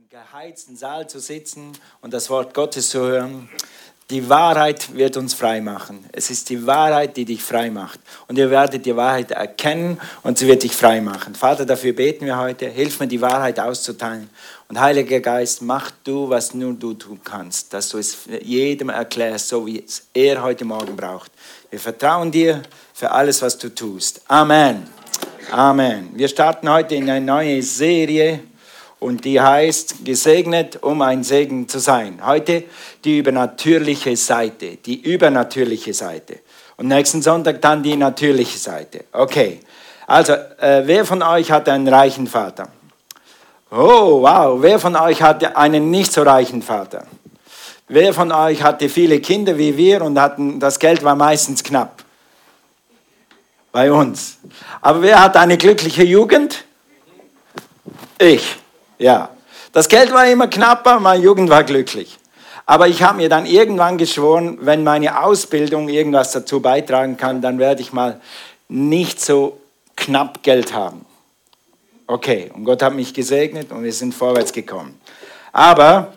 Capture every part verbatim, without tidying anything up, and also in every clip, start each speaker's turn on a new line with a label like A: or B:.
A: geheizten Saal zu sitzen und das Wort Gottes zu hören. Die Wahrheit wird uns frei machen. Es ist die Wahrheit, die dich frei macht. Und ihr werdet die Wahrheit erkennen und sie wird dich frei machen. Vater, dafür beten wir heute. Hilf mir, die Wahrheit auszuteilen. Und Heiliger Geist, mach du, was nur du tun kannst. Dass du es jedem erklärst, so wie es er heute Morgen braucht. Wir vertrauen dir für alles, was du tust. Amen. Amen. Wir starten heute in eine neue Serie. Und die heißt, gesegnet, um ein Segen zu sein. Heute die übernatürliche Seite, die übernatürliche Seite. Und nächsten Sonntag dann die natürliche Seite. Okay, also äh, wer von euch hat einen reichen Vater? Oh, wow, wer von euch hatte einen nicht so reichen Vater? Wer von euch hatte viele Kinder wie wir und hatten, das Geld war meistens knapp? Bei uns. Aber wer hat eine glückliche Jugend? Ich. Ja, das Geld war immer knapper, meine Jugend war glücklich. Aber ich habe mir dann irgendwann geschworen, wenn meine Ausbildung irgendwas dazu beitragen kann, dann werde ich mal nicht so knapp Geld haben. Okay, und Gott hat mich gesegnet und wir sind vorwärts gekommen. Aber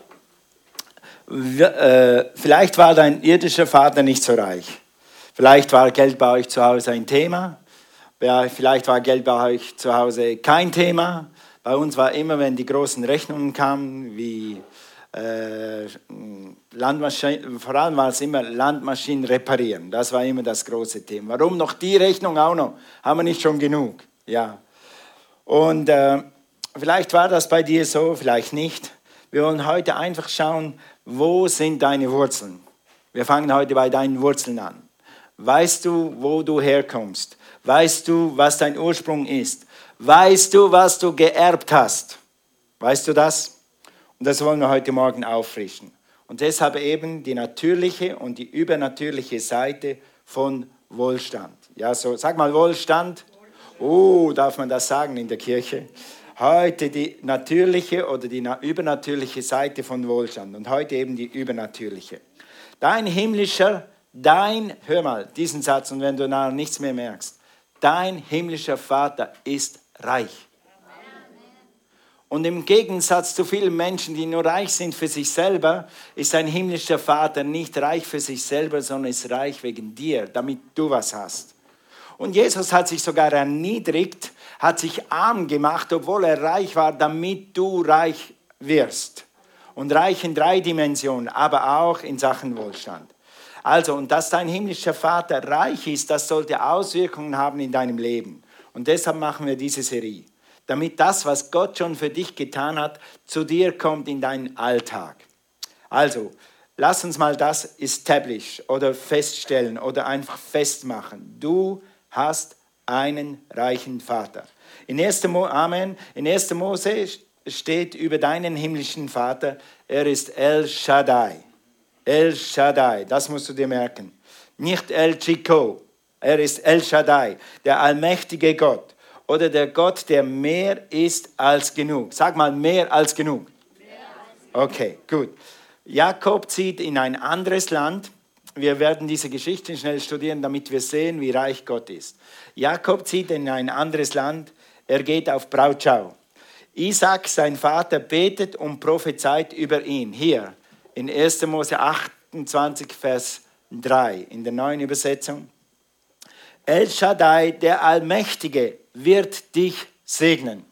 A: äh, vielleicht war dein irdischer Vater nicht so reich. Vielleicht war Geld bei euch zu Hause ein Thema. Ja, vielleicht war Geld bei euch zu Hause kein Thema. Bei uns war immer, wenn die großen Rechnungen kamen, wie äh, Landmaschinen, vor allem war es immer Landmaschinen reparieren. Das war immer das große Thema. Warum noch die Rechnung auch noch? Haben wir nicht schon genug? Ja. Und äh, vielleicht war das bei dir so, vielleicht nicht. Wir wollen heute einfach schauen, wo sind deine Wurzeln? Wir fangen heute bei deinen Wurzeln an. Weißt du, wo du herkommst? Weißt du, was dein Ursprung ist? Weißt du, was du geerbt hast? Weißt du das? Und das wollen wir heute Morgen auffrischen. Und deshalb eben die natürliche und die übernatürliche Seite von Wohlstand. Ja, so, sag mal Wohlstand. Oh, darf man das sagen in der Kirche? Heute die natürliche oder die übernatürliche Seite von Wohlstand. Und heute eben die übernatürliche. Dein himmlischer, dein, hör mal diesen Satz und wenn du nachher nichts mehr merkst. Dein himmlischer Vater ist reich. Und im Gegensatz zu vielen Menschen, die nur reich sind für sich selber, ist ein himmlischer Vater nicht reich für sich selber, sondern ist reich wegen dir, damit du was hast. Und Jesus hat sich sogar erniedrigt, hat sich arm gemacht, obwohl er reich war, damit du reich wirst. Und reich in drei Dimensionen, aber auch in Sachen Wohlstand. Also, und dass dein himmlischer Vater reich ist, das sollte Auswirkungen haben in deinem Leben. Und deshalb machen wir diese Serie. Damit das, was Gott schon für dich getan hat, zu dir kommt in deinen Alltag. Also, lass uns mal das establish oder feststellen oder einfach festmachen. Du hast einen reichen Vater. In erster Mo- Amen. In erster Mose steht über deinen himmlischen Vater, er ist El Shaddai. El Shaddai, das musst du dir merken. Nicht El Chico, er ist El Shaddai, der allmächtige Gott. Oder der Gott, der mehr ist als genug. Sag mal, mehr als genug. Mehr als genug. Okay, gut. Jakob zieht in ein anderes Land. Wir werden diese Geschichte schnell studieren, damit wir sehen, wie reich Gott ist. Jakob zieht in ein anderes Land. Er geht auf Brautschau. Isaac, sein Vater, betet und prophezeit über ihn. Hier. In erster Mose achtundzwanzig, Vers drei, in der neuen Übersetzung. El Shaddai, der Allmächtige, wird dich segnen.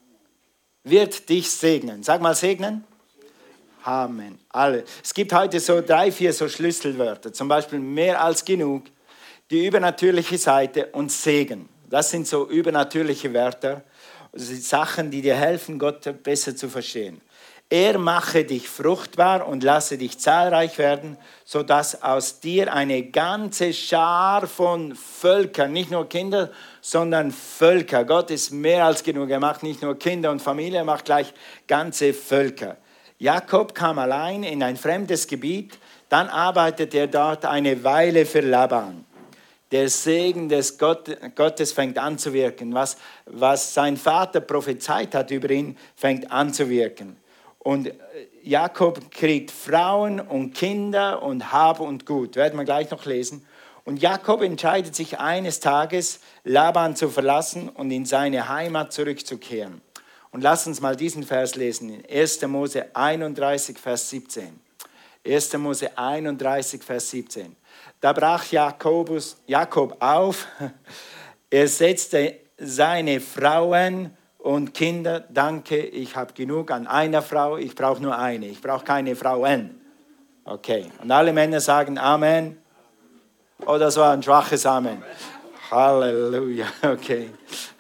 A: Wird dich segnen. Sag mal segnen. Amen. Alle. Es gibt heute so drei, vier so Schlüsselwörter. Zum Beispiel mehr als genug, die übernatürliche Seite und Segen. Das sind so übernatürliche Wörter. Das sind Sachen, die dir helfen, Gott besser zu verstehen. Er mache dich fruchtbar und lasse dich zahlreich werden, sodass aus dir eine ganze Schar von Völkern, nicht nur Kinder, sondern Völker. Gott ist mehr als genug. Er macht nicht nur Kinder und Familie, er macht gleich ganze Völker. Jakob kam allein in ein fremdes Gebiet, dann arbeitet er dort eine Weile für Laban. Der Segen des Gott, Gottes fängt an zu wirken. Was, was sein Vater prophezeit hat über ihn, fängt an zu wirken. Und Jakob kriegt Frauen und Kinder und Hab und Gut. Werden wir gleich noch lesen. Und Jakob entscheidet sich eines Tages, Laban zu verlassen und in seine Heimat zurückzukehren. Und lass uns mal diesen Vers lesen, in erster Mose einunddreißig, Vers siebzehn. erster Mose einunddreißig, Vers siebzehn. Da brach Jakobus, Jakob auf, er setzte seine Frauen und Kinder, danke, ich habe genug an einer Frau, ich brauche nur eine, ich brauche keine Frauen. Okay, und alle Männer sagen Amen. Oh, das war ein schwaches Amen. Halleluja, okay.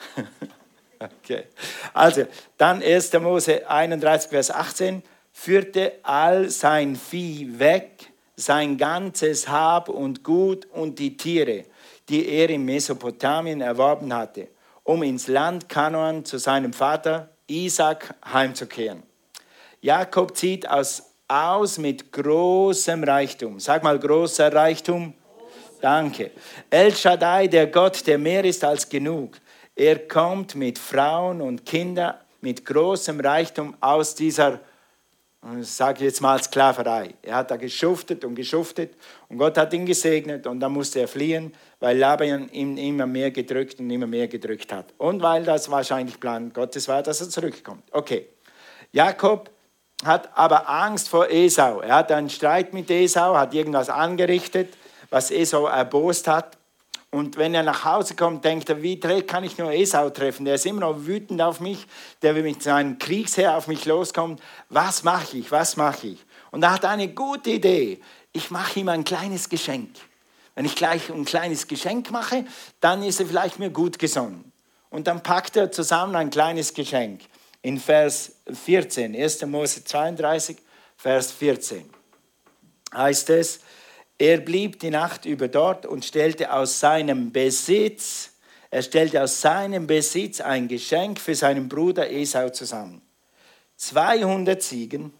A: Okay. Also, dann erster Mose einunddreißig, Vers achtzehn. Führte all sein Vieh weg, sein ganzes Hab und Gut und die Tiere, die er in Mesopotamien erworben hatte, um ins Land Kanaan zu seinem Vater Isaak heimzukehren. Jakob zieht aus, aus mit großem Reichtum. Sag mal, großer Reichtum. Danke. El Shaddai, der Gott, der mehr ist als genug. Er kommt mit Frauen und Kindern mit großem Reichtum aus dieser, ich sage jetzt mal, Sklaverei. Er hat da geschuftet und geschuftet und Gott hat ihn gesegnet und dann musste er fliehen, weil Laban ihn immer mehr gedrückt und immer mehr gedrückt hat. Und weil das wahrscheinlich Plan Gottes war, dass er zurückkommt. Okay. Jakob hat aber Angst vor Esau. Er hat einen Streit mit Esau, hat irgendwas angerichtet, was Esau erbost hat. Und wenn er nach Hause kommt, denkt er, wie kann ich nur Esau treffen? Der ist immer noch wütend auf mich, der will mit seinem Kriegsheer auf mich loskommen. Was mache ich, was mache ich? Und er hat eine gute Idee. Ich mache ihm ein kleines Geschenk. Wenn ich gleich ein kleines Geschenk mache, dann ist er vielleicht mir gut gesonnen. Und dann packt er zusammen ein kleines Geschenk. In Vers vierzehn, erster Mose zweiunddreißig, Vers vierzehn, heißt es, er blieb die Nacht über dort und stellte aus seinem Besitz, er stellte aus seinem Besitz ein Geschenk für seinen Bruder Esau zusammen. zweihundert Ziegen,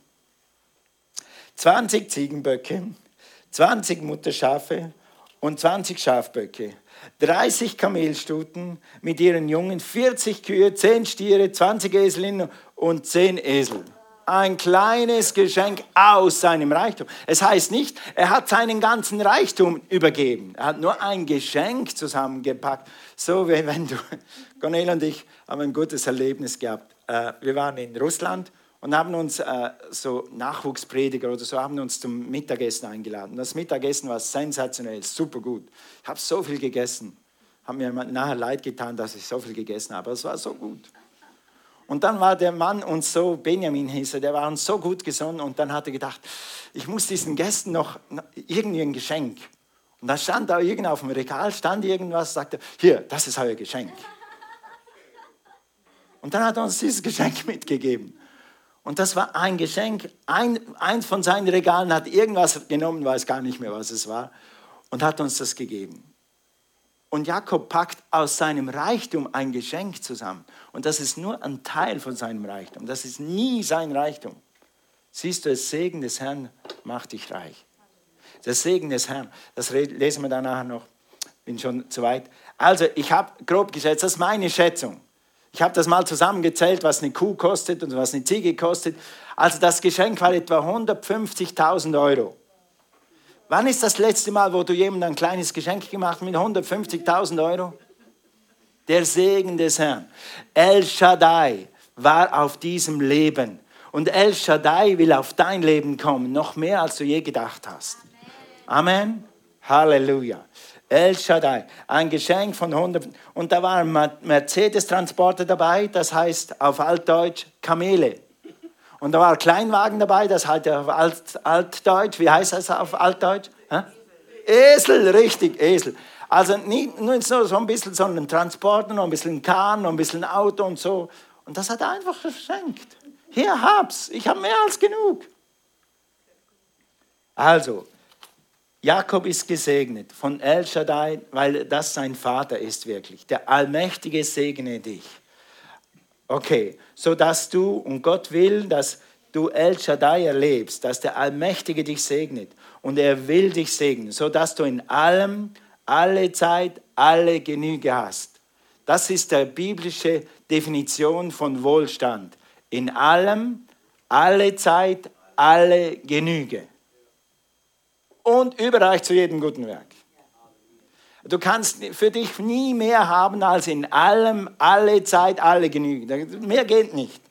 A: zwanzig Ziegenböcke, zwanzig Mutterschafe und zwanzig Schafböcke, dreißig Kamelstuten mit ihren Jungen, vierzig Kühe, zehn Stiere, zwanzig Eselinnen und zehn Esel. Ein kleines Geschenk aus seinem Reichtum. Es heißt nicht, er hat seinen ganzen Reichtum übergeben. Er hat nur ein Geschenk zusammengepackt. So wie wenn du, Cornelia und ich haben ein gutes Erlebnis gehabt. Wir waren in Russland und haben uns so Nachwuchsprediger oder so haben uns zum Mittagessen eingeladen. Das Mittagessen war sensationell, super gut. Ich habe so viel gegessen. Hat mir nachher leid getan, dass ich so viel gegessen habe, aber es war so gut. Und dann war der Mann uns so, Benjamin hieß er, der war uns so gut gesonnen und dann hat er gedacht, ich muss diesen Gästen noch irgendwie ein Geschenk. Und da stand da irgend auf dem Regal, stand irgendwas, sagte, hier, das ist euer Geschenk. Und dann hat er uns dieses Geschenk mitgegeben. Und das war ein Geschenk, ein, eins von seinen Regalen hat irgendwas genommen, weiß gar nicht mehr, was es war, und hat uns das gegeben. Und Jakob packt aus seinem Reichtum ein Geschenk zusammen. Und das ist nur ein Teil von seinem Reichtum. Das ist nie sein Reichtum. Siehst du, das Segen des Herrn macht dich reich. Das Segen des Herrn, das lesen wir danach noch. Bin schon zu weit. Also, ich habe grob geschätzt, das ist meine Schätzung. Ich habe das mal zusammengezählt, was eine Kuh kostet und was eine Ziege kostet. Also, das Geschenk war etwa hundertfünfzigtausend Euro. Wann ist das letzte Mal, wo du jemandem ein kleines Geschenk gemacht hast mit hundertfünfzigtausend Euro? Der Segen des Herrn. El Shaddai war auf diesem Leben. Und El Shaddai will auf dein Leben kommen, noch mehr als du je gedacht hast. Amen. Halleluja. El Shaddai, ein Geschenk von hundert. Und da war ein Mercedes-Transporter dabei, das heißt auf Altdeutsch Kamele. Und da war ein Kleinwagen dabei, das heißt auf Alt, Altdeutsch, wie heißt das auf Altdeutsch? Hä? Esel, richtig, Esel. Also nicht nur so ein bisschen, sondern Transporter, noch ein bisschen Kahn, noch ein bisschen Auto und so. Und das hat er einfach verschenkt. Hier, hab's, ich habe mehr als genug. Also, Jakob ist gesegnet von El Shaddai, weil das sein Vater ist wirklich. Der Allmächtige segne dich. Okay, so dass du, und Gott will, dass du El Shaddai erlebst, dass der Allmächtige dich segnet. Und er will dich segnen, so dass du in allem, alle Zeit, alle Genüge hast. Das ist die biblische Definition von Wohlstand. In allem, alle Zeit, alle Genüge. Und überreich zu jedem guten Werk. Du kannst für dich nie mehr haben als in allem, alle Zeit, alle Genüge. Mehr geht nicht.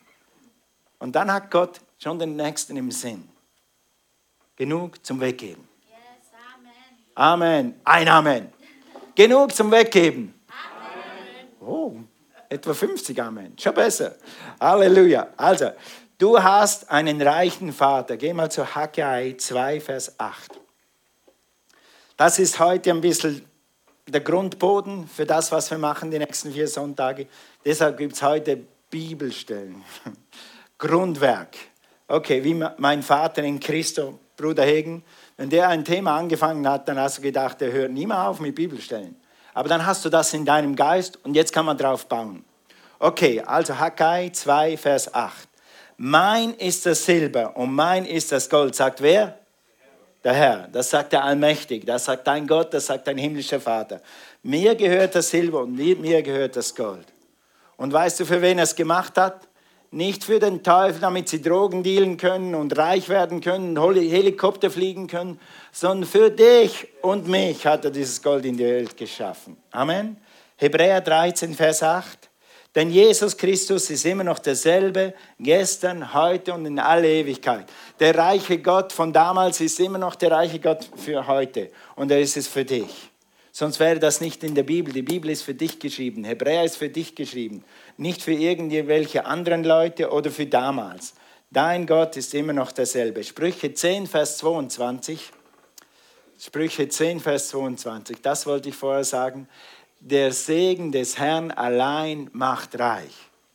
A: Und dann hat Gott schon den Nächsten im Sinn. Genug zum Weggeben.
B: Yes, Amen.
A: Amen. Ein Amen. Genug zum Weggeben.
B: Amen.
A: Oh, etwa fünfzig Amen. Schon besser. Halleluja. Also, du hast einen reichen Vater. Geh mal zu Haggai zwei, Vers acht. Das ist heute ein bisschen der Grundboden für das, was wir machen die nächsten vier Sonntage. Deshalb gibt es heute Bibelstellen. Grundwerk. Okay, wie mein Vater in Christo, Bruder Hegen, wenn der ein Thema angefangen hat, dann hast du gedacht, der hört nie mehr auf mit Bibelstellen. Aber dann hast du das in deinem Geist und jetzt kann man drauf bauen. Okay, also Haggai zwei, Vers acht. Mein ist das Silber und mein ist das Gold, sagt wer? Der Herr, das sagt der Allmächtige, das sagt dein Gott, das sagt dein himmlischer Vater. Mir gehört das Silber und mir gehört das Gold. Und weißt du, für wen er es gemacht hat? Nicht für den Teufel, damit sie Drogen dealen können und reich werden können, Helikopter fliegen können, sondern für dich und mich hat er dieses Gold in die Welt geschaffen. Amen. Hebräer dreizehn, Vers acht. Denn Jesus Christus ist immer noch derselbe, gestern, heute und in alle Ewigkeit. Der reiche Gott von damals ist immer noch der reiche Gott für heute. Und er ist es für dich. Sonst wäre das nicht in der Bibel. Die Bibel ist für dich geschrieben. Hebräer ist für dich geschrieben. Nicht für irgendwelche anderen Leute oder für damals. Dein Gott ist immer noch derselbe. Sprüche zehn, Vers zweiundzwanzig. Sprüche zehn, Vers zweiundzwanzig. Das wollte ich vorher sagen. Der Segen des Herrn allein macht reich.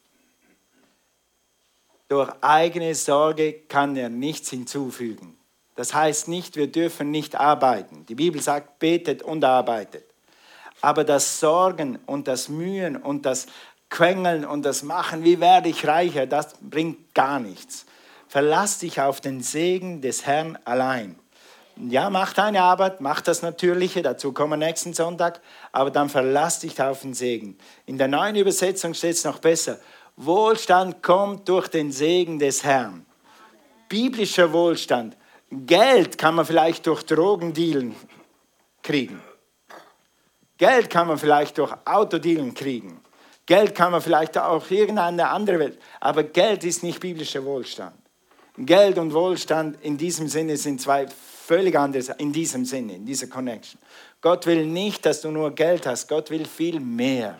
A: Durch eigene Sorge kann er nichts hinzufügen. Das heißt nicht, wir dürfen nicht arbeiten. Die Bibel sagt, betet und arbeitet. Aber das Sorgen und das Mühen und das Quengeln und das Machen, wie werde ich reicher, das bringt gar nichts. Verlass dich auf den Segen des Herrn allein. Ja, mach deine Arbeit, mach das Natürliche, dazu kommen wir nächsten Sonntag, aber dann verlass dich auf den Segen. In der neuen Übersetzung steht es noch besser. Wohlstand kommt durch den Segen des Herrn. Biblischer Wohlstand. Geld kann man vielleicht durch Drogendealen kriegen. Geld kann man vielleicht durch Autodealen kriegen. Geld kann man vielleicht auch irgendeine andere Welt. Aber Geld ist nicht biblischer Wohlstand. Geld und Wohlstand in diesem Sinne sind zwei völlig andere, in diesem Sinne, in dieser Connection. Gott will nicht, dass du nur Geld hast. Gott will viel mehr.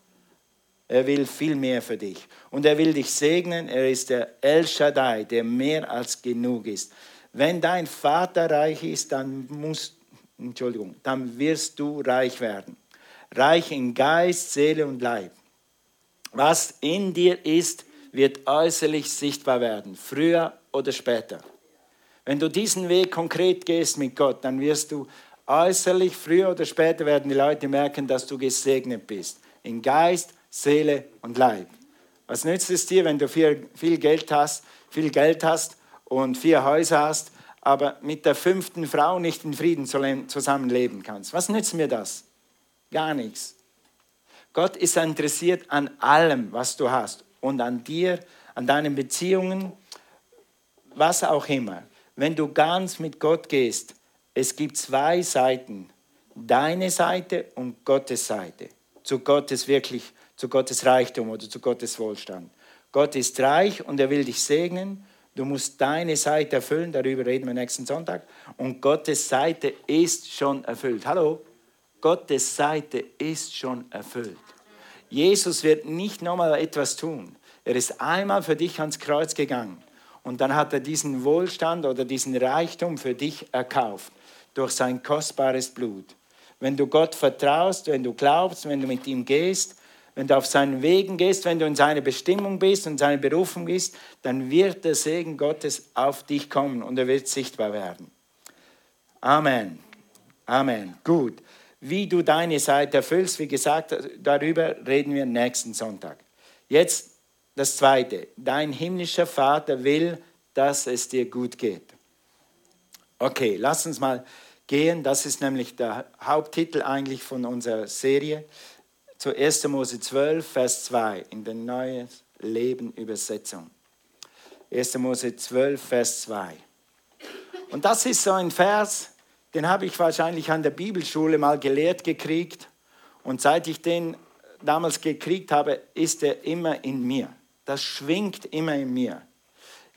A: Er will viel mehr für dich. Und er will dich segnen. Er ist der El Shaddai, der mehr als genug ist. Wenn dein Vater reich ist, dann musst, Entschuldigung, dann wirst du reich werden. Reich in Geist, Seele und Leib. Was in dir ist, wird äußerlich sichtbar werden, früher oder später. Wenn du diesen Weg konkret gehst mit Gott, dann wirst du äußerlich, früher oder später werden die Leute merken, dass du gesegnet bist. In Geist, Seele und Leib. Was nützt es dir, wenn du viel, viel Geld hast, viel Geld hast und vier Häuser hast, aber mit der fünften Frau nicht in Frieden zusammenleben kannst? Was nützt mir das? Gar nichts. Gott ist interessiert an allem, was du hast und an dir, an deinen Beziehungen, was auch immer. Wenn du ganz mit Gott gehst, es gibt zwei Seiten, deine Seite und Gottes Seite, zu Gottes wirklich, zu Gottes Reichtum oder zu Gottes Wohlstand. Gott ist reich und er will dich segnen. Du musst deine Seite erfüllen, darüber reden wir nächsten Sonntag. Und Gottes Seite ist schon erfüllt. Hallo? Gottes Seite ist schon erfüllt. Jesus wird nicht nochmal etwas tun. Er ist einmal für dich ans Kreuz gegangen. Und dann hat er diesen Wohlstand oder diesen Reichtum für dich erkauft. Durch sein kostbares Blut. Wenn du Gott vertraust, wenn du glaubst, wenn du mit ihm gehst, wenn du auf seinen Wegen gehst, wenn du in seiner Bestimmung bist und seine Berufung bist, dann wird der Segen Gottes auf dich kommen und er wird sichtbar werden. Amen. Amen. Gut. Wie du deine Seite erfüllst, wie gesagt, darüber reden wir nächsten Sonntag. Jetzt das Zweite. Dein himmlischer Vater will, dass es dir gut geht. Okay, lass uns mal gehen. Das ist nämlich der Haupttitel eigentlich von unserer Serie. Zu erster Mose zwölf, Vers zwei in der Neuen Leben Übersetzung. erster Mose zwölf, Vers zwei. Und das ist so ein Vers, den habe ich wahrscheinlich an der Bibelschule mal gelehrt gekriegt. Und seit ich den damals gekriegt habe, ist er immer in mir. Das schwingt immer in mir.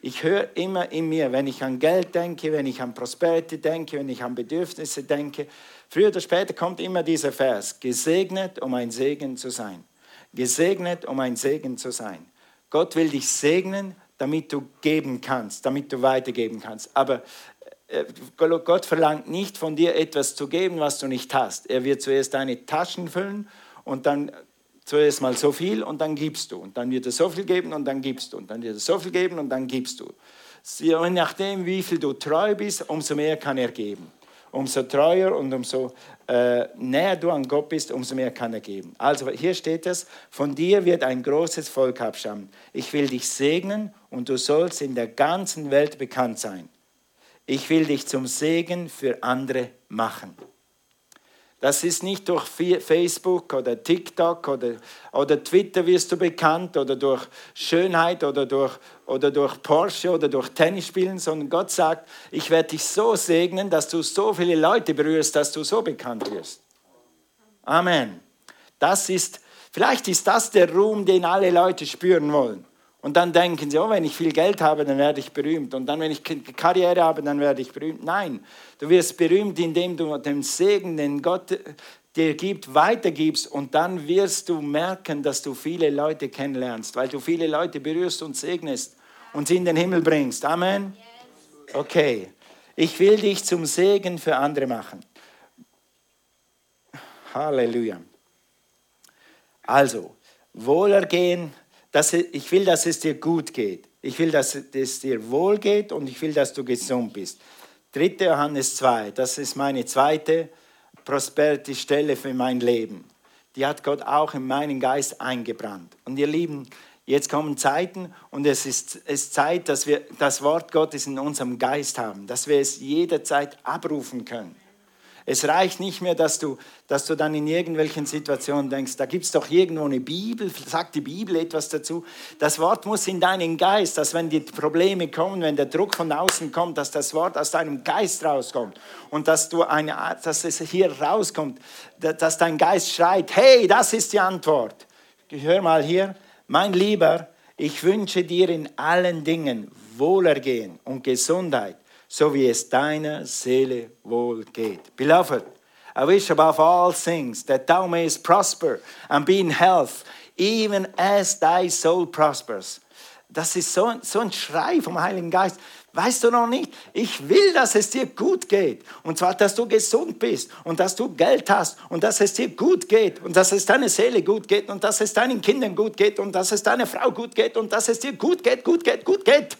A: Ich höre immer in mir, wenn ich an Geld denke, wenn ich an Prosperity denke, wenn ich an Bedürfnisse denke, früher oder später kommt immer dieser Vers, gesegnet, um ein Segen zu sein. Gesegnet, um ein Segen zu sein. Gott will dich segnen, damit du geben kannst, damit du weitergeben kannst. Aber Gott verlangt nicht von dir etwas zu geben, was du nicht hast. Er wird zuerst deine Taschen füllen und dann zuerst mal so viel und dann gibst du. Und dann wird er so viel geben und dann gibst du. Und dann wird er so viel geben und dann gibst du. Je nachdem, wie viel du treu bist, umso mehr kann er geben. Umso treuer und umso äh, näher du an Gott bist, umso mehr kann er geben. Also hier steht es, von dir wird ein großes Volk abstammen. Ich will dich segnen und du sollst in der ganzen Welt bekannt sein. Ich will dich zum Segen für andere machen. Das ist nicht durch Facebook oder TikTok oder, oder Twitter wirst du bekannt oder durch Schönheit oder durch, oder durch Porsche oder durch Tennis spielen, sondern Gott sagt, ich werde dich so segnen, dass du so viele Leute berührst, dass du so bekannt wirst. Amen. Das ist, vielleicht ist das der Ruhm, den alle Leute spüren wollen. Und dann denken sie, oh, wenn ich viel Geld habe, dann werde ich berühmt. Und dann, wenn ich Karriere habe, dann werde ich berühmt. Nein, du wirst berühmt, indem du den Segen, den Gott dir gibt, weitergibst. Und dann wirst du merken, dass du viele Leute kennenlernst, weil du viele Leute berührst und segnest und sie in den Himmel bringst. Amen? Okay, ich will dich zum Segen für andere machen. Halleluja. Also, Wohlergehen. Das, ich will, dass es dir gut geht. Ich will, dass es dir wohl geht und ich will, dass du gesund bist. dritter Johannes zwei, das ist meine zweite Prosperity-Stelle für mein Leben. Die hat Gott auch in meinen Geist eingebrannt. Und ihr Lieben, jetzt kommen Zeiten und es ist, es ist Zeit, dass wir das Wort Gottes in unserem Geist haben, dass wir es jederzeit abrufen können. Es reicht nicht mehr, dass du, dass du dann in irgendwelchen Situationen denkst, da gibt es doch irgendwo eine Bibel, sagt die Bibel etwas dazu. Das Wort muss in deinen Geist, dass wenn die Probleme kommen, wenn der Druck von außen kommt, dass das Wort aus deinem Geist rauskommt und dass, du eine, dass es hier rauskommt, dass dein Geist schreit, hey, das ist die Antwort. Hör mal hier, mein Lieber, ich wünsche dir in allen Dingen Wohlergehen und Gesundheit, so wie es deiner Seele wohl geht. Beloved, I wish above all things that thou mayest prosper and be in health, even as thy soul prospers. Das ist so, so ein Schrei vom Heiligen Geist. Weißt du noch nicht? Ich will, dass es dir gut geht. Und zwar, dass du gesund bist und dass du Geld hast und dass es dir gut geht und dass es deiner Seele gut geht und dass es deinen Kindern gut geht und dass es deiner Frau gut geht und dass es dir gut geht, gut geht, gut geht.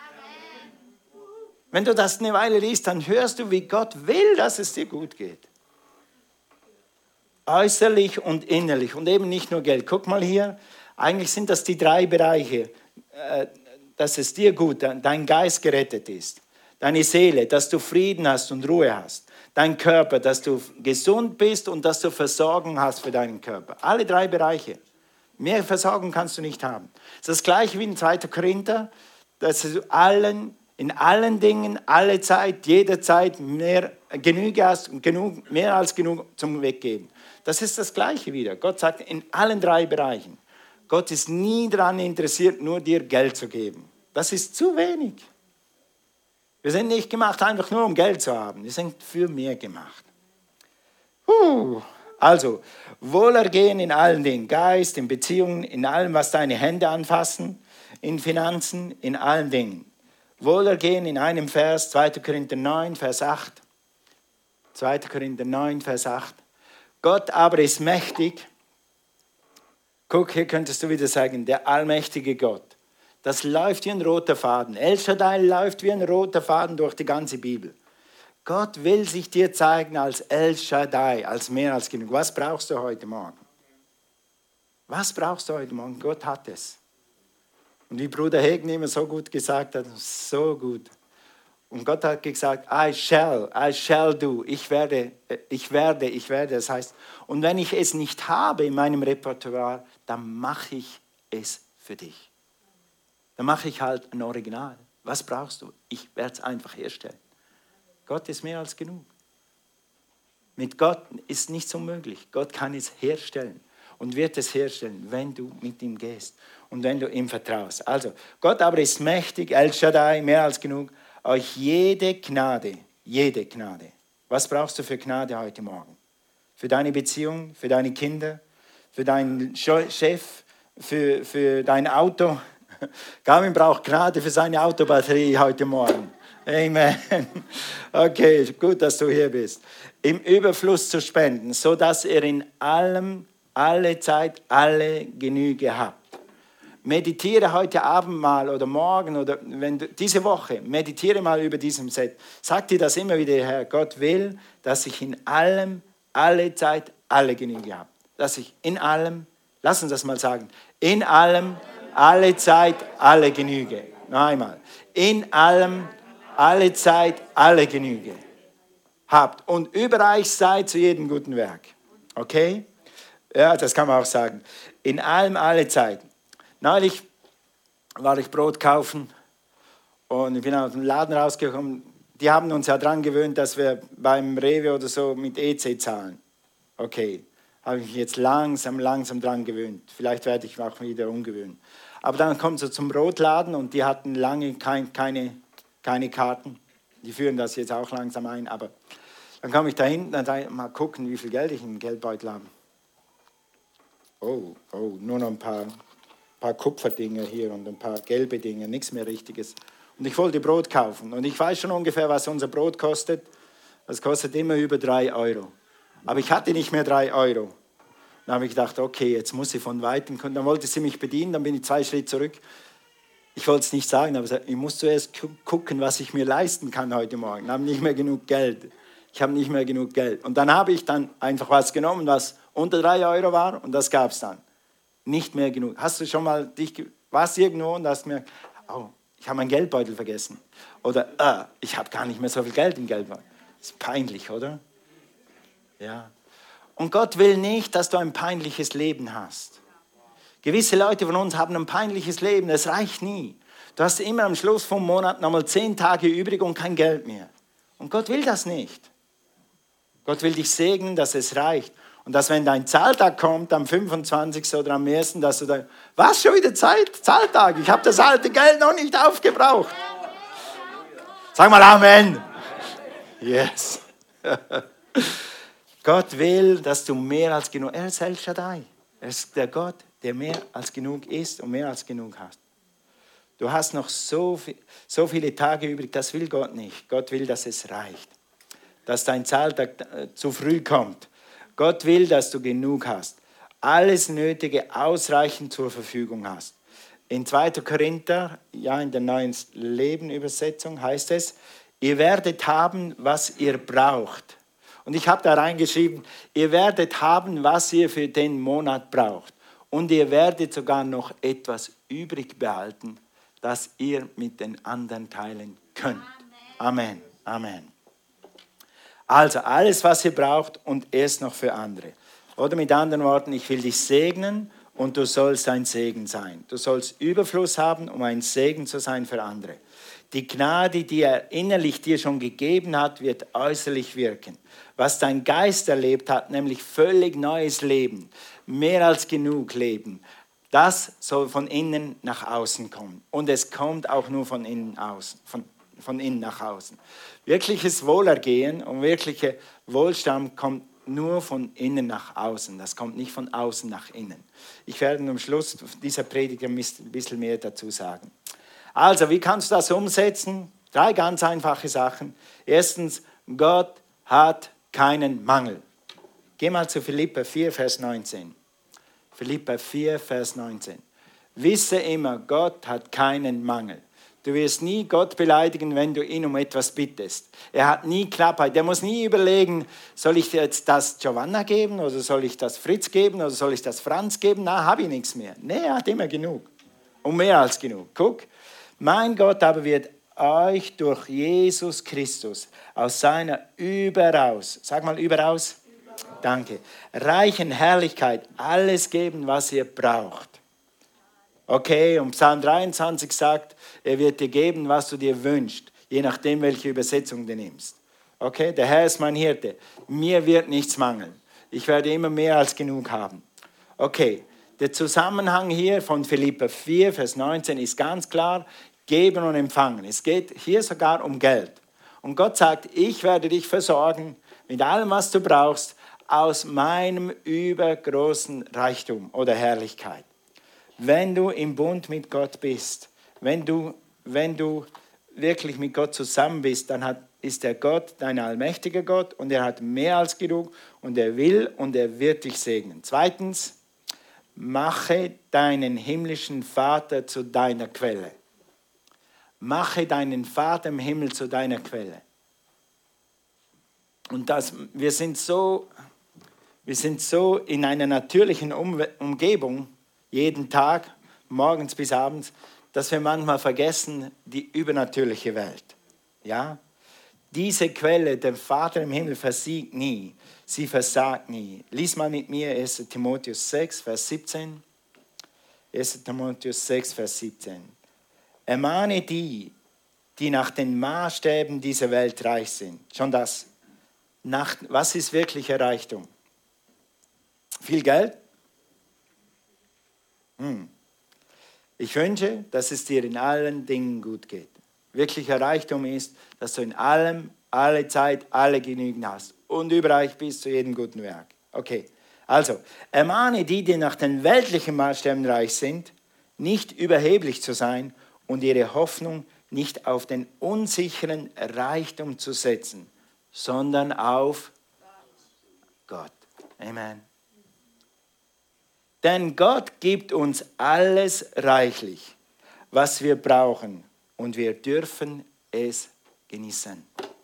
A: Wenn du das eine Weile liest, dann hörst du, wie Gott will, dass es dir gut geht. Äußerlich und innerlich und eben nicht nur Geld. Guck mal hier, eigentlich sind das die drei Bereiche, dass es dir gut, dein Geist gerettet ist, deine Seele, dass du Frieden hast und Ruhe hast, dein Körper, dass du gesund bist und dass du Versorgung hast für deinen Körper. Alle drei Bereiche. Mehr Versorgung kannst du nicht haben. Das ist das Gleiche wie in zweiter Korinther, dass du allen in allen Dingen, alle Zeit, jederzeit mehr Genüge hast und genug, mehr als genug zum Weggeben. Das ist das Gleiche wieder. Gott sagt in allen drei Bereichen. Gott ist nie daran interessiert, nur dir Geld zu geben. Das ist zu wenig. Wir sind nicht gemacht, einfach nur um Geld zu haben. Wir sind für mehr gemacht. Uh, also, Wohlergehen in allen Dingen. Geist, in Beziehungen, in allem, was deine Hände anfassen, in Finanzen, in allen Dingen. Wohlergehen in einem Vers, zweiter Korinther neun, Vers acht. zweiter Korinther neun, Vers acht. Gott aber ist mächtig. Guck, hier könntest du wieder sagen, der allmächtige Gott. Das läuft wie ein roter Faden. El Shaddai läuft wie ein roter Faden durch die ganze Bibel. Gott will sich dir zeigen als El Shaddai, als mehr als genug. Was brauchst du heute Morgen? Was brauchst du heute Morgen? Gott hat es. Und wie Bruder Hegen immer so gut gesagt hat, so gut. Und Gott hat gesagt, I shall, I shall do. Ich werde, ich werde, ich werde. Das heißt, und wenn ich es nicht habe in meinem Repertoire, dann mache ich es für dich. Dann mache ich halt ein Original. Was brauchst du? Ich werde es einfach herstellen. Gott ist mehr als genug. Mit Gott ist nichts unmöglich. Gott kann es herstellen und wird es herstellen, wenn du mit ihm gehst. und wenn du ihm vertraust. Also, Gott aber ist mächtig, El Shaddai, mehr als genug, euch jede Gnade, jede Gnade. Was brauchst du für Gnade heute Morgen? Für deine Beziehung, für deine Kinder, für deinen Chef, für, für dein Auto. Gamin braucht Gnade für seine Autobatterie heute Morgen. Amen. Okay, gut, dass du hier bist. Im Überfluss zu spenden, sodass ihr in allem, alle Zeit, alle Genüge habt. Meditiere heute Abend mal oder morgen oder wenn du, diese Woche, meditiere mal über diesen Set. Sag dir das immer wieder, Herr, Gott will, dass ich in allem, alle Zeit, alle Genüge habe. Dass ich in allem, lass uns das mal sagen, in allem, alle Zeit, alle Genüge. Noch einmal. In allem, alle Zeit, alle Genüge habt und überreich seid zu jedem guten Werk. Okay? Ja, das kann man auch sagen. In allem, alle Zeit. Neulich war ich Brot kaufen und ich bin aus dem Laden rausgekommen. Die haben uns ja daran gewöhnt, dass wir beim Rewe oder so mit E C zahlen. Okay, habe ich mich jetzt langsam, langsam dran gewöhnt. Vielleicht werde ich mich auch wieder umgewöhnen. Aber dann kommt so zum Brotladen und die hatten lange kein, keine, keine Karten. Die führen das jetzt auch langsam ein. Aber dann komme ich da hinten und sage, mal gucken, wie viel Geld ich im Geldbeutel habe. Oh, oh, nur noch ein paar... Ein paar Kupferdinger hier und ein paar gelbe Dinge, nichts mehr Richtiges. Und ich wollte Brot kaufen. Und ich weiß schon ungefähr, was unser Brot kostet. Das kostet immer über drei Euro. Aber ich hatte nicht mehr drei Euro. Dann habe ich gedacht, okay, jetzt muss ich von Weitem kommen. Dann wollte sie mich bedienen, dann bin ich zwei Schritte zurück. Ich wollte es nicht sagen, aber ich muss zuerst gucken, was ich mir leisten kann heute Morgen. Ich habe nicht mehr genug Geld. Ich habe nicht mehr genug Geld. Und dann habe ich dann einfach was genommen, was unter drei Euro war und das gab es dann. Nicht mehr genug. Hast du schon mal dich, warst irgendwo und hast mir, oh, ich habe meinen Geldbeutel vergessen. Oder, äh, ich habe gar nicht mehr so viel Geld im Geldbeutel. Das ist peinlich, oder? Ja. Und Gott will nicht, dass du ein peinliches Leben hast. Gewisse Leute von uns haben ein peinliches Leben, es reicht nie. Du hast immer am Schluss vom Monat nochmal zehn Tage übrig und kein Geld mehr. Und Gott will das nicht. Gott will dich segnen, dass es reicht. Und dass, wenn dein Zahltag kommt, am fünfundzwanzigsten oder am ersten, dass du da, was, schon wieder Zeit? Zahltag, ich habe das alte Geld noch nicht aufgebraucht. Sag mal Amen. Yes. Gott will, dass du mehr als genug, er ist El Shaddai. Er ist der Gott, der mehr als genug ist und mehr als genug hat. Du hast noch so, viel, so viele Tage übrig, das will Gott nicht. Gott will, dass es reicht. Dass dein Zahltag zu früh kommt. Gott will, dass du genug hast. Alles Nötige ausreichend zur Verfügung hast. In zweiter Korinther, ja in der Neuen Leben-Übersetzung heißt es, ihr werdet haben, was ihr braucht. Und ich habe da reingeschrieben, ihr werdet haben, was ihr für den Monat braucht. Und ihr werdet sogar noch etwas übrig behalten, das ihr mit den anderen teilen könnt. Amen. Amen. Also alles, was ihr braucht und erst noch für andere. Oder mit anderen Worten, ich will dich segnen und du sollst ein Segen sein. Du sollst Überfluss haben, um ein Segen zu sein für andere. Die Gnade, die er innerlich dir schon gegeben hat, wird äußerlich wirken. Was dein Geist erlebt hat, nämlich völlig neues Leben, mehr als genug Leben, das soll von innen nach außen kommen. Und es kommt auch nur von innen aus, von, von innen nach außen. Wirkliches Wohlergehen und wirklicher Wohlstand kommt nur von innen nach außen. Das kommt nicht von außen nach innen. Ich werde am Schluss dieser Predigt ein bisschen mehr dazu sagen. Also, wie kannst du das umsetzen? Drei ganz einfache Sachen. Erstens, Gott hat keinen Mangel. Geh mal zu Philipper vier, Vers neunzehn. Philipper vier, Vers neunzehn. Wisse immer, Gott hat keinen Mangel. Du wirst nie Gott beleidigen, wenn du ihn um etwas bittest. Er hat nie Knappheit. Er muss nie überlegen, soll ich jetzt das Giovanna geben oder soll ich das Fritz geben oder soll ich das Franz geben? Na, habe ich nichts mehr. Nee, er hat immer genug. Und mehr als genug. Guck, mein Gott aber wird euch durch Jesus Christus aus seiner überaus, sag mal überaus, danke, reichen Herrlichkeit alles geben, was ihr braucht. Okay, und Psalm dreiundzwanzig sagt, er wird dir geben, was du dir wünschst, je nachdem, welche Übersetzung du nimmst. Okay, der Herr ist mein Hirte, mir wird nichts mangeln. Ich werde immer mehr als genug haben. Okay, Der Zusammenhang hier von Philipper vier, Vers neunzehn ist ganz klar, geben und empfangen. Es geht hier sogar um Geld. Und Gott sagt, ich werde dich versorgen mit allem, was du brauchst, aus meinem übergroßen Reichtum oder Herrlichkeit. Wenn du im Bund mit Gott bist, wenn du, wenn du wirklich mit Gott zusammen bist, dann hat, ist der Gott dein allmächtiger Gott und er hat mehr als genug und er will und er wird dich segnen. Zweitens, mache deinen himmlischen Vater zu deiner Quelle. Mache deinen Vater im Himmel zu deiner Quelle. Und das, wir sind so, wir sind so in einer natürlichen Umgebung, jeden Tag, morgens bis abends, dass wir manchmal vergessen, die übernatürliche Welt. Ja? Diese Quelle, der Vater im Himmel, versiegt nie. Sie versagt nie. Lies mal mit mir erster Timotheus sechs, Vers siebzehn. erster Timotheus sechs, Vers siebzehn. Ermahne die, die nach den Maßstäben dieser Welt reich sind. Schon das. Nach, was ist wirklicher Reichtum? Viel Geld? Hm. Ich wünsche, dass es dir in allen Dingen gut geht. Wirklicher Reichtum ist, dass du in allem, alle Zeit, alle Genügen hast und überreich bist zu jedem guten Werk. Okay, also, ermahne die, die nach den weltlichen Maßstäben reich sind, nicht überheblich zu sein und ihre Hoffnung nicht auf den unsicheren Reichtum zu setzen, sondern auf Gott. Amen. Denn Gott gibt uns alles reichlich, was wir brauchen, und wir dürfen es genießen.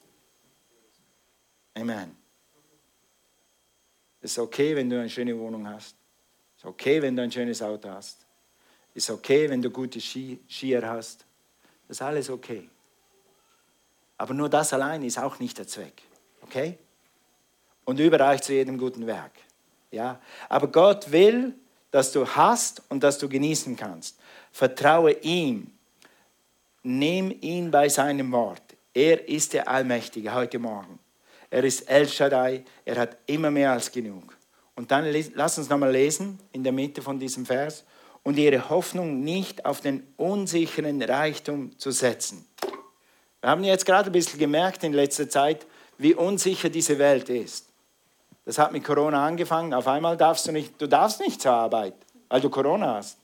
A: Amen. Es ist okay, wenn du eine schöne Wohnung hast. Es ist okay, wenn du ein schönes Auto hast. Es ist okay, wenn du gute Ski- Skier hast. Das ist alles okay. Aber nur das allein ist auch nicht der Zweck. Okay? Und überreicht zu jedem guten Werk. Ja? Aber Gott will, dass du hast und dass du genießen kannst. Vertraue ihm. Nimm ihn bei seinem Wort. Er ist der Allmächtige heute Morgen. Er ist El Shaddai. Er hat immer mehr als genug. Und dann lass uns nochmal lesen in der Mitte von diesem Vers. Und ihre Hoffnung nicht auf den unsicheren Reichtum zu setzen. Wir haben jetzt gerade ein bisschen gemerkt in letzter Zeit, wie unsicher diese Welt ist. Das hat mit Corona angefangen. Auf einmal darfst du nicht, du darfst nicht zur Arbeit, weil du Corona hast.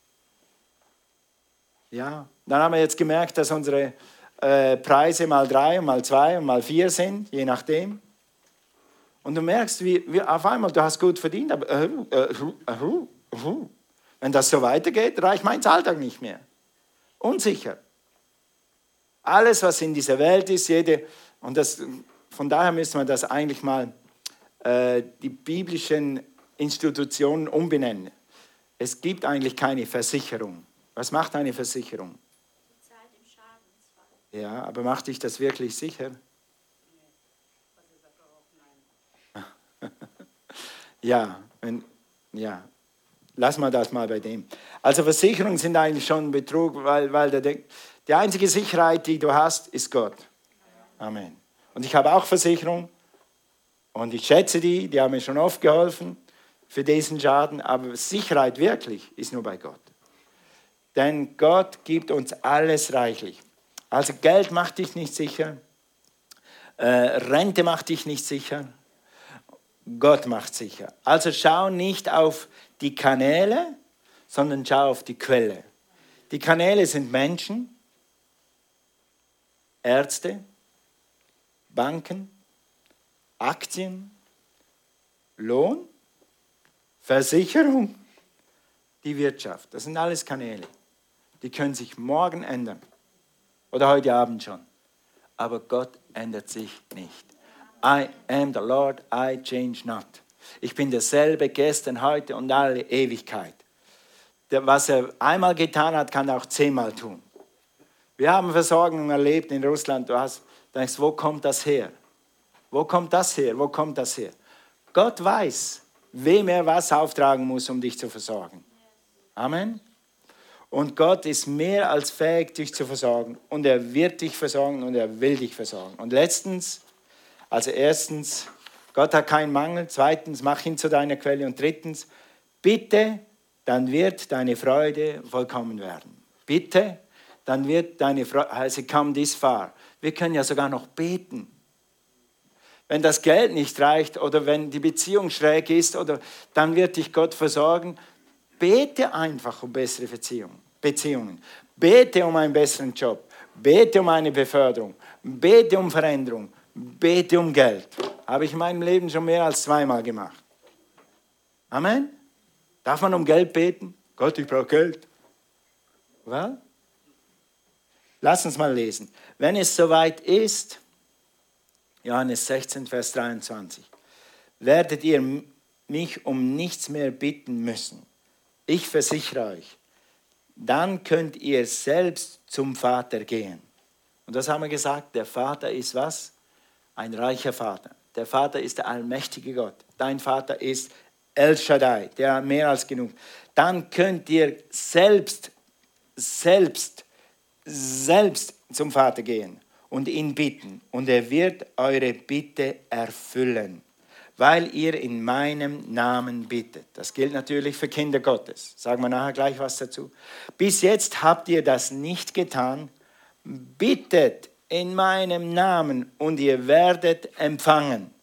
A: Ja, dann haben wir jetzt gemerkt, dass unsere äh, Preise mal drei und mal zwei und mal vier sind, je nachdem. Und du merkst, wie, wie auf einmal, du hast gut verdient, aber äh, äh, äh, äh, wenn das so weitergeht, reicht mein Alltag nicht mehr. Unsicher. Alles, was in dieser Welt ist, jede, und das, von daher müssen wir das eigentlich mal äh, die biblischen Institutionen umbenennen. Es gibt eigentlich keine Versicherung. Was macht eine Versicherung?
B: Die Zeit im Schadensfall.
A: Ja, aber macht dich das wirklich sicher? ja, wenn, ja, lass mal das mal bei dem. Also Versicherungen sind eigentlich schon Betrug, weil, weil der, die einzige Sicherheit, die du hast, ist Gott. Amen. Und ich habe auch Versicherung und ich schätze die, die haben mir schon oft geholfen für diesen Schaden, aber Sicherheit wirklich ist nur bei Gott. Denn Gott gibt uns alles reichlich. Also Geld macht dich nicht sicher, äh, Rente macht dich nicht sicher, Gott macht sicher. Also schau nicht auf die Kanäle, sondern schau auf die Quelle. Die Kanäle sind Menschen, Ärzte, Banken, Aktien, Lohn, Versicherung, die Wirtschaft. Das sind alles Kanäle. Die können sich morgen ändern oder heute Abend schon. Aber Gott ändert sich nicht. I am the Lord, I change not. Ich bin derselbe gestern, heute und alle Ewigkeit. Was er einmal getan hat, kann er auch zehnmal tun. Wir haben Versorgung erlebt in Russland. Du hast, denkst, wo kommt das her? Wo kommt das her? Wo kommt das her? Gott weiß, wem er was auftragen muss, um dich zu versorgen. Amen. Und Gott ist mehr als fähig, dich zu versorgen. Und er wird dich versorgen und er will dich versorgen. Und letztens, also erstens, Gott hat keinen Mangel. Zweitens, mach ihn zu deiner Quelle. Und drittens, bitte dann wird deine Freude vollkommen werden. Bitte, dann wird deine Freude, also come this far. Wir können ja sogar noch beten. Wenn das Geld nicht reicht oder wenn die Beziehung schräg ist, oder, dann wird dich Gott versorgen. Bete einfach um bessere Beziehungen. Bete um einen besseren Job. Bete um eine Beförderung. Bete um Veränderung. Bete um Geld. Habe ich in meinem Leben schon mehr als zweimal gemacht. Amen. Darf man um Geld beten? Gott, ich brauche Geld. Well? Lass uns mal lesen. Wenn es soweit ist, Johannes sechzehn, Vers dreiundzwanzig, werdet ihr mich um nichts mehr bitten müssen. Ich versichere euch, dann könnt ihr selbst zum Vater gehen. Und das haben wir gesagt, der Vater ist was? Ein reicher Vater. Der Vater ist der allmächtige Gott. Dein Vater ist El Shaddai, der mehr als genug. Dann könnt ihr selbst, selbst, selbst zum Vater gehen und ihn bitten. Und er wird eure Bitte erfüllen, weil ihr in meinem Namen bittet. Das gilt natürlich für Kinder Gottes. Sagen wir nachher gleich was dazu. Bis jetzt habt ihr das nicht getan. Bittet in meinem Namen und ihr werdet empfangen.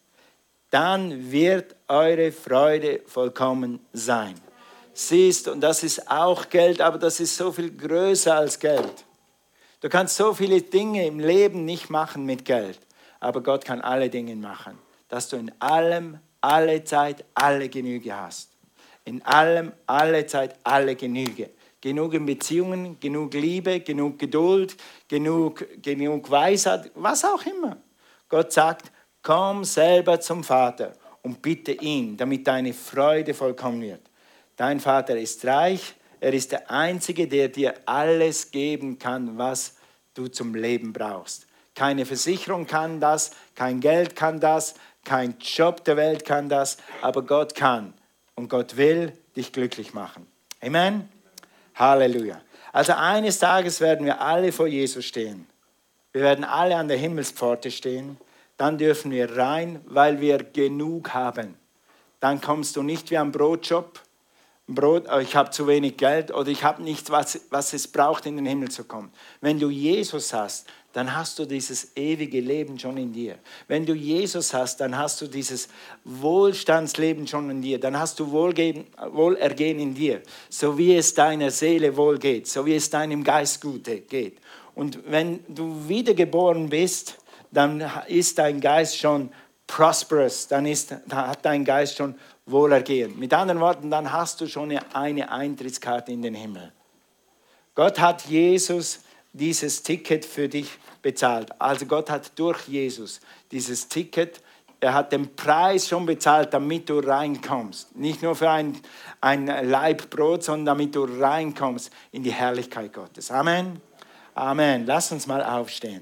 A: Dann wird eure Freude vollkommen sein. Siehst, und das ist auch Geld, aber das ist so viel größer als Geld. Du kannst so viele Dinge im Leben nicht machen mit Geld, aber Gott kann alle Dinge machen, dass du in allem, alle Zeit, alle Genüge hast. In allem, alle Zeit, alle Genüge. Genug in Beziehungen, genug Liebe, genug Geduld, genug, genug Weisheit, was auch immer. Gott sagt, komm selber zum Vater und bitte ihn, damit deine Freude vollkommen wird. Dein Vater ist reich, er ist der Einzige, der dir alles geben kann, was du zum Leben brauchst. Keine Versicherung kann das, kein Geld kann das, kein Job der Welt kann das, aber Gott kann und Gott will dich glücklich machen. Amen? Halleluja. Also eines Tages werden wir alle vor Jesus stehen. Wir werden alle an der Himmelspforte stehen. Dann dürfen wir rein, weil wir genug haben. Dann kommst du nicht wie am Brotjob. Brot, ich habe zu wenig Geld oder ich habe nichts, was, was es braucht, in den Himmel zu kommen. Wenn du Jesus hast, dann hast du dieses ewige Leben schon in dir. Wenn du Jesus hast, dann hast du dieses Wohlstandsleben schon in dir. Dann hast du Wohlgeben, Wohlergehen in dir, so wie es deiner Seele wohl geht, so wie es deinem Geist gut geht. Und wenn du wiedergeboren bist, dann ist dein Geist schon prosperous, dann, ist, dann hat dein Geist schon Wohlergehen. Mit anderen Worten, dann hast du schon eine Eintrittskarte in den Himmel. Gott hat Jesus dieses Ticket für dich bezahlt. Also Gott hat durch Jesus dieses Ticket, er hat den Preis schon bezahlt, damit du reinkommst. Nicht nur für ein, ein Laib Brot, sondern damit du reinkommst in die Herrlichkeit Gottes. Amen. Amen. Lass uns mal aufstehen.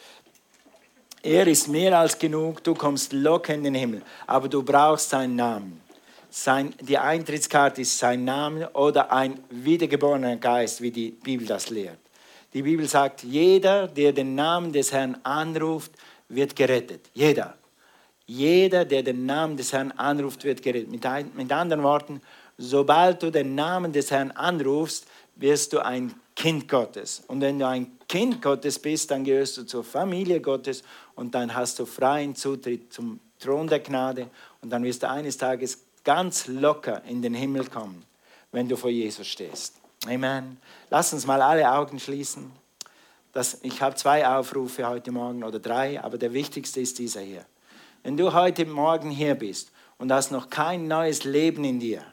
A: Er ist mehr als genug, du kommst locker in den Himmel, aber du brauchst seinen Namen. Sein, die Eintrittskarte ist sein Name oder ein wiedergeborener Geist, wie die Bibel das lehrt. Die Bibel sagt, jeder, der den Namen des Herrn anruft, wird gerettet. Jeder. Jeder, der den Namen des Herrn anruft, wird gerettet. Mit, ein, mit anderen Worten, sobald du den Namen des Herrn anrufst, wirst du ein Kind Gottes. Und wenn du ein Kind Gottes bist, dann gehörst du zur Familie Gottes und dann hast du freien Zutritt zum Thron der Gnade und dann wirst du eines Tages ganz locker in den Himmel kommen, wenn du vor Jesus stehst. Amen. Lass uns mal alle Augen schließen. Das, ich habe zwei Aufrufe heute Morgen oder drei, aber der wichtigste ist dieser hier. Wenn du heute Morgen hier bist und hast noch kein neues Leben in dir,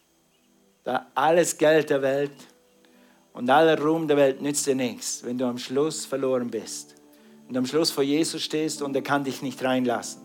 A: da alles Geld der Welt und aller Ruhm der Welt nützt dir nichts, wenn du am Schluss verloren bist. Und am Schluss vor Jesus stehst und er kann dich nicht reinlassen.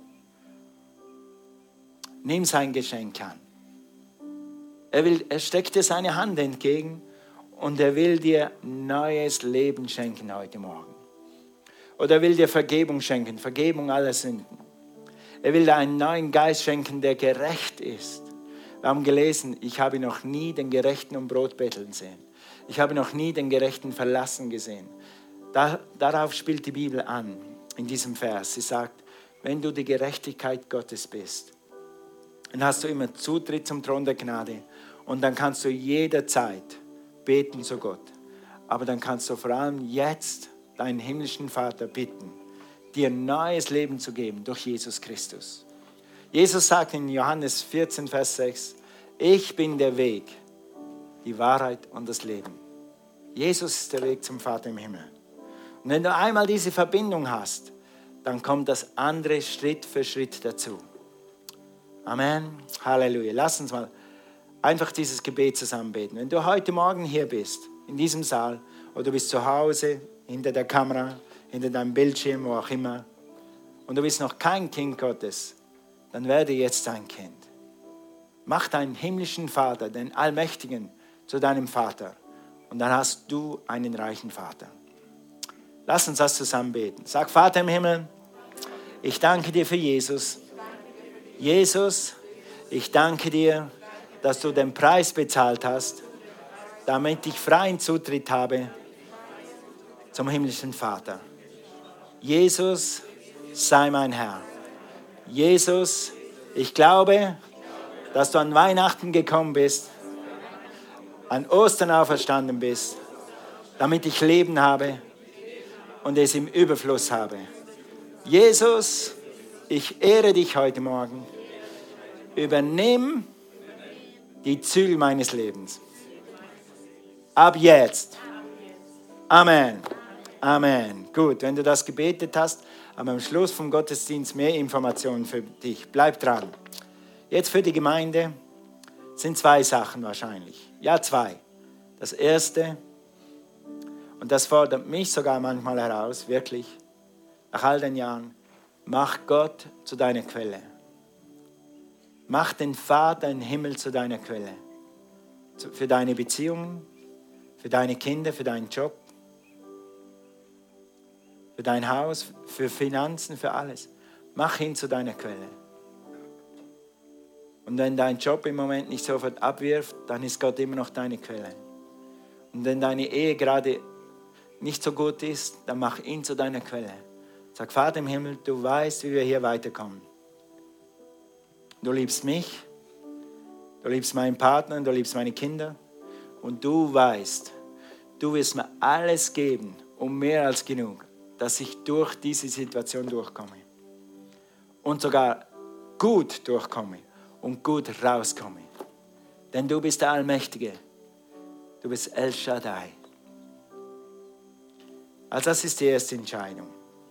A: Nimm sein Geschenk an. Er, will, er steckt dir seine Hand entgegen und er will dir neues Leben schenken heute Morgen. Oder er will dir Vergebung schenken, Vergebung aller Sünden. Er will dir einen neuen Geist schenken, der gerecht ist. Wir haben gelesen, ich habe noch nie den Gerechten um Brot betteln sehen. Ich habe noch nie den Gerechten verlassen gesehen. Da, darauf spielt die Bibel an, in diesem Vers. Sie sagt, wenn du die Gerechtigkeit Gottes bist, dann hast du immer Zutritt zum Thron der Gnade Und dann kannst du jederzeit beten zu Gott. Aber dann kannst du vor allem jetzt deinen himmlischen Vater bitten, dir ein neues Leben zu geben durch Jesus Christus. Jesus sagt in Johannes vierzehn, Vers sechs, ich bin der Weg, die Wahrheit und das Leben. Jesus ist der Weg zum Vater im Himmel. Und wenn du einmal diese Verbindung hast, dann kommt das andere Schritt für Schritt dazu. Amen. Halleluja. Lass uns mal einfach dieses Gebet zusammen beten. Wenn du heute Morgen hier bist, in diesem Saal, oder du bist zu Hause, hinter der Kamera, hinter deinem Bildschirm, wo auch immer, und du bist noch kein Kind Gottes, dann werde jetzt ein Kind. Mach deinen himmlischen Vater, den Allmächtigen, zu deinem Vater. Und dann hast du einen reichen Vater. Lass uns das zusammen beten. Sag, Vater im Himmel, ich danke dir für Jesus. Jesus, ich danke dir, dass du den Preis bezahlt hast, damit ich freien Zutritt habe zum himmlischen Vater. Jesus, sei mein Herr. Jesus, ich glaube, dass du an Weihnachten gekommen bist, an Ostern auferstanden bist, damit ich Leben habe und es im Überfluss habe. Jesus, ich ehre dich heute Morgen. Übernimm die Zügel meines Lebens. Ab jetzt. Amen. Amen. Gut, wenn du das gebetet hast, aber am Schluss vom Gottesdienst mehr Informationen für dich. Bleib dran. Jetzt für die Gemeinde sind zwei Sachen wahrscheinlich. Ja, zwei. Das erste, und das fordert mich sogar manchmal heraus, wirklich, nach all den Jahren, mach Gott zu deiner Quelle. Mach den Vater im Himmel zu deiner Quelle. Für deine Beziehungen, für deine Kinder, für deinen Job, für dein Haus, für Finanzen, für alles. Mach ihn zu deiner Quelle. Und wenn dein Job im Moment nicht sofort abwirft, dann ist Gott immer noch deine Quelle. Und wenn deine Ehe gerade nicht so gut ist, dann mach ihn zu deiner Quelle. Sag, Vater im Himmel, du weißt, wie wir hier weiterkommen. Du liebst mich, du liebst meinen Partner, du liebst meine Kinder und du weißt, du wirst mir alles geben, um mehr als genug, dass ich durch diese Situation durchkomme und sogar gut durchkomme und gut rauskomme. Denn du bist der Allmächtige, du bist El Shaddai. Also das ist die erste Entscheidung.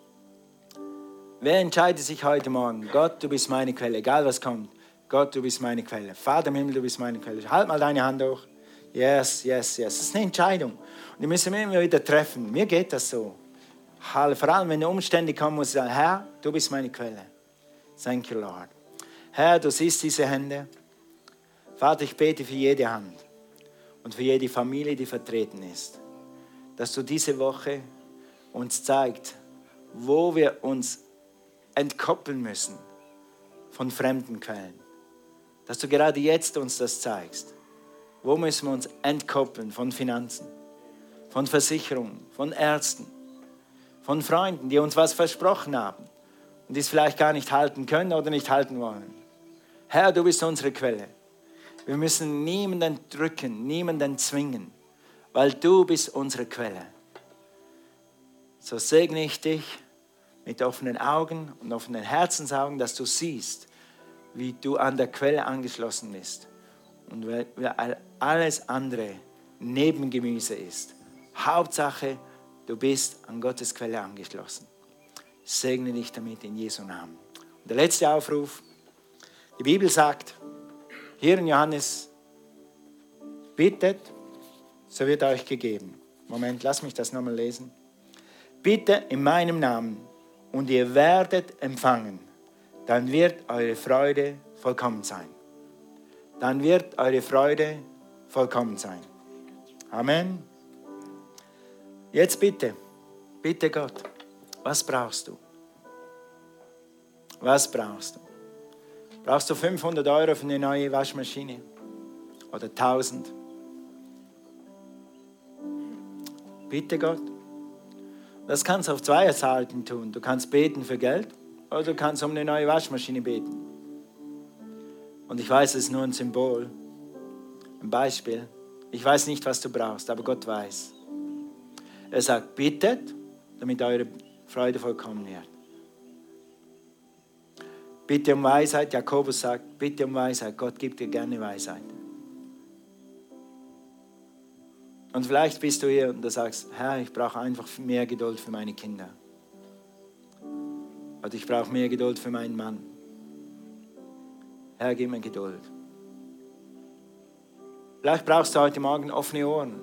A: Wer entscheidet sich heute Morgen? Gott, du bist meine Quelle, egal was kommt. Gott, du bist meine Quelle. Vater im Himmel, du bist meine Quelle. Halt mal deine Hand hoch. Yes, yes, yes. Das ist eine Entscheidung. Und die müssen wir immer wieder treffen. Mir geht das so. Vor allem, wenn die Umstände kommen, muss ich sagen, Herr, du bist meine Quelle. Thank you, Lord. Herr, du siehst diese Hände. Vater, ich bete für jede Hand und für jede Familie, die vertreten ist, dass du diese Woche uns zeigst, wo wir uns entkoppeln müssen von fremden Quellen. Dass du gerade jetzt uns das zeigst. Wo müssen wir uns entkoppeln von Finanzen, von Versicherungen, von Ärzten, von Freunden, die uns was versprochen haben und die es vielleicht gar nicht halten können oder nicht halten wollen. Herr, du bist unsere Quelle. Wir müssen niemanden drücken, niemanden zwingen, weil du bist unsere Quelle. So segne ich dich mit offenen Augen und offenen Herzensaugen, dass du siehst, wie du an der Quelle angeschlossen bist und weil alles andere Nebengemüse ist. Hauptsache, du bist an Gottes Quelle angeschlossen. Segne dich damit in Jesu Namen. Und der letzte Aufruf, die Bibel sagt, hier in Johannes, bittet, so wird euch gegeben. Moment, lass mich das nochmal lesen. Bitte in meinem Namen und ihr werdet empfangen, dann wird eure Freude vollkommen sein. Dann wird eure Freude vollkommen sein. Amen. Jetzt bitte, bitte Gott, was brauchst du? Was brauchst du? Brauchst du fünfhundert Euro für eine neue Waschmaschine? Oder tausend? Bitte Gott. Das kannst du auf zwei Seiten tun. Du kannst beten für Geld oder du kannst um eine neue Waschmaschine beten. Und ich weiß, es ist nur ein Symbol. Ein Beispiel. Ich weiß nicht, was du brauchst, aber Gott weiß. Er sagt, bittet, damit eure Freude vollkommen wird. Bitte um Weisheit. Jakobus sagt, bitte um Weisheit. Gott gibt dir gerne Weisheit. Und vielleicht bist du hier und du sagst, Herr, ich brauche einfach mehr Geduld für meine Kinder. Oder ich brauche mehr Geduld für meinen Mann. Herr, gib mir Geduld. Vielleicht brauchst du heute Morgen offene Ohren.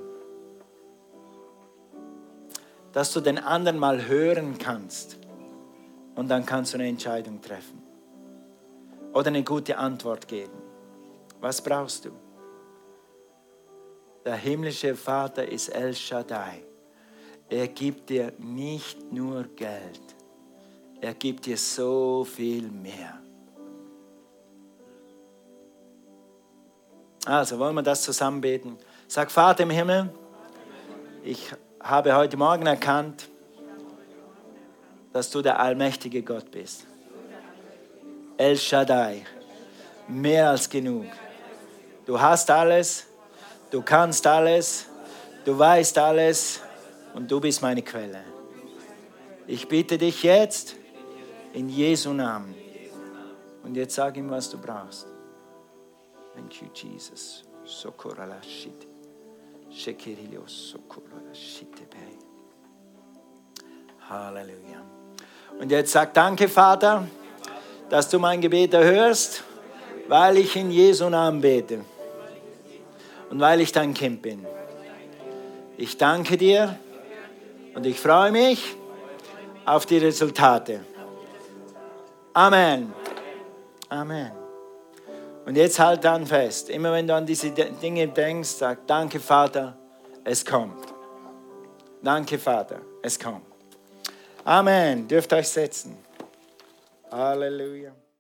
A: Dass du den anderen mal hören kannst. Und dann kannst du eine Entscheidung treffen. Oder eine gute Antwort geben. Was brauchst du? Der himmlische Vater ist El Shaddai. Er gibt dir nicht nur Geld. Er gibt dir so viel mehr. Also wollen wir das zusammen beten? Sag, Vater im Himmel, ich habe heute Morgen erkannt, dass du der allmächtige Gott bist. El Shaddai, mehr als genug. Du hast alles, du kannst alles, du weißt alles und du bist meine Quelle. Ich bitte dich jetzt in Jesu Namen. Und jetzt sag ihm, was du brauchst. Thank you, Jesus. Socorala shite. Shekirilio socorala shite bei. Halleluja. Und jetzt sag danke, Vater, dass du mein Gebet erhörst, weil ich in Jesu Namen bete. Und weil ich dein Kind bin. Ich danke dir und ich freue mich auf die Resultate. Amen. Amen. Und jetzt halt dann fest. Immer wenn du an diese Dinge denkst, sag, danke Vater, es kommt. Danke Vater, es kommt. Amen. Dürft euch setzen. Halleluja.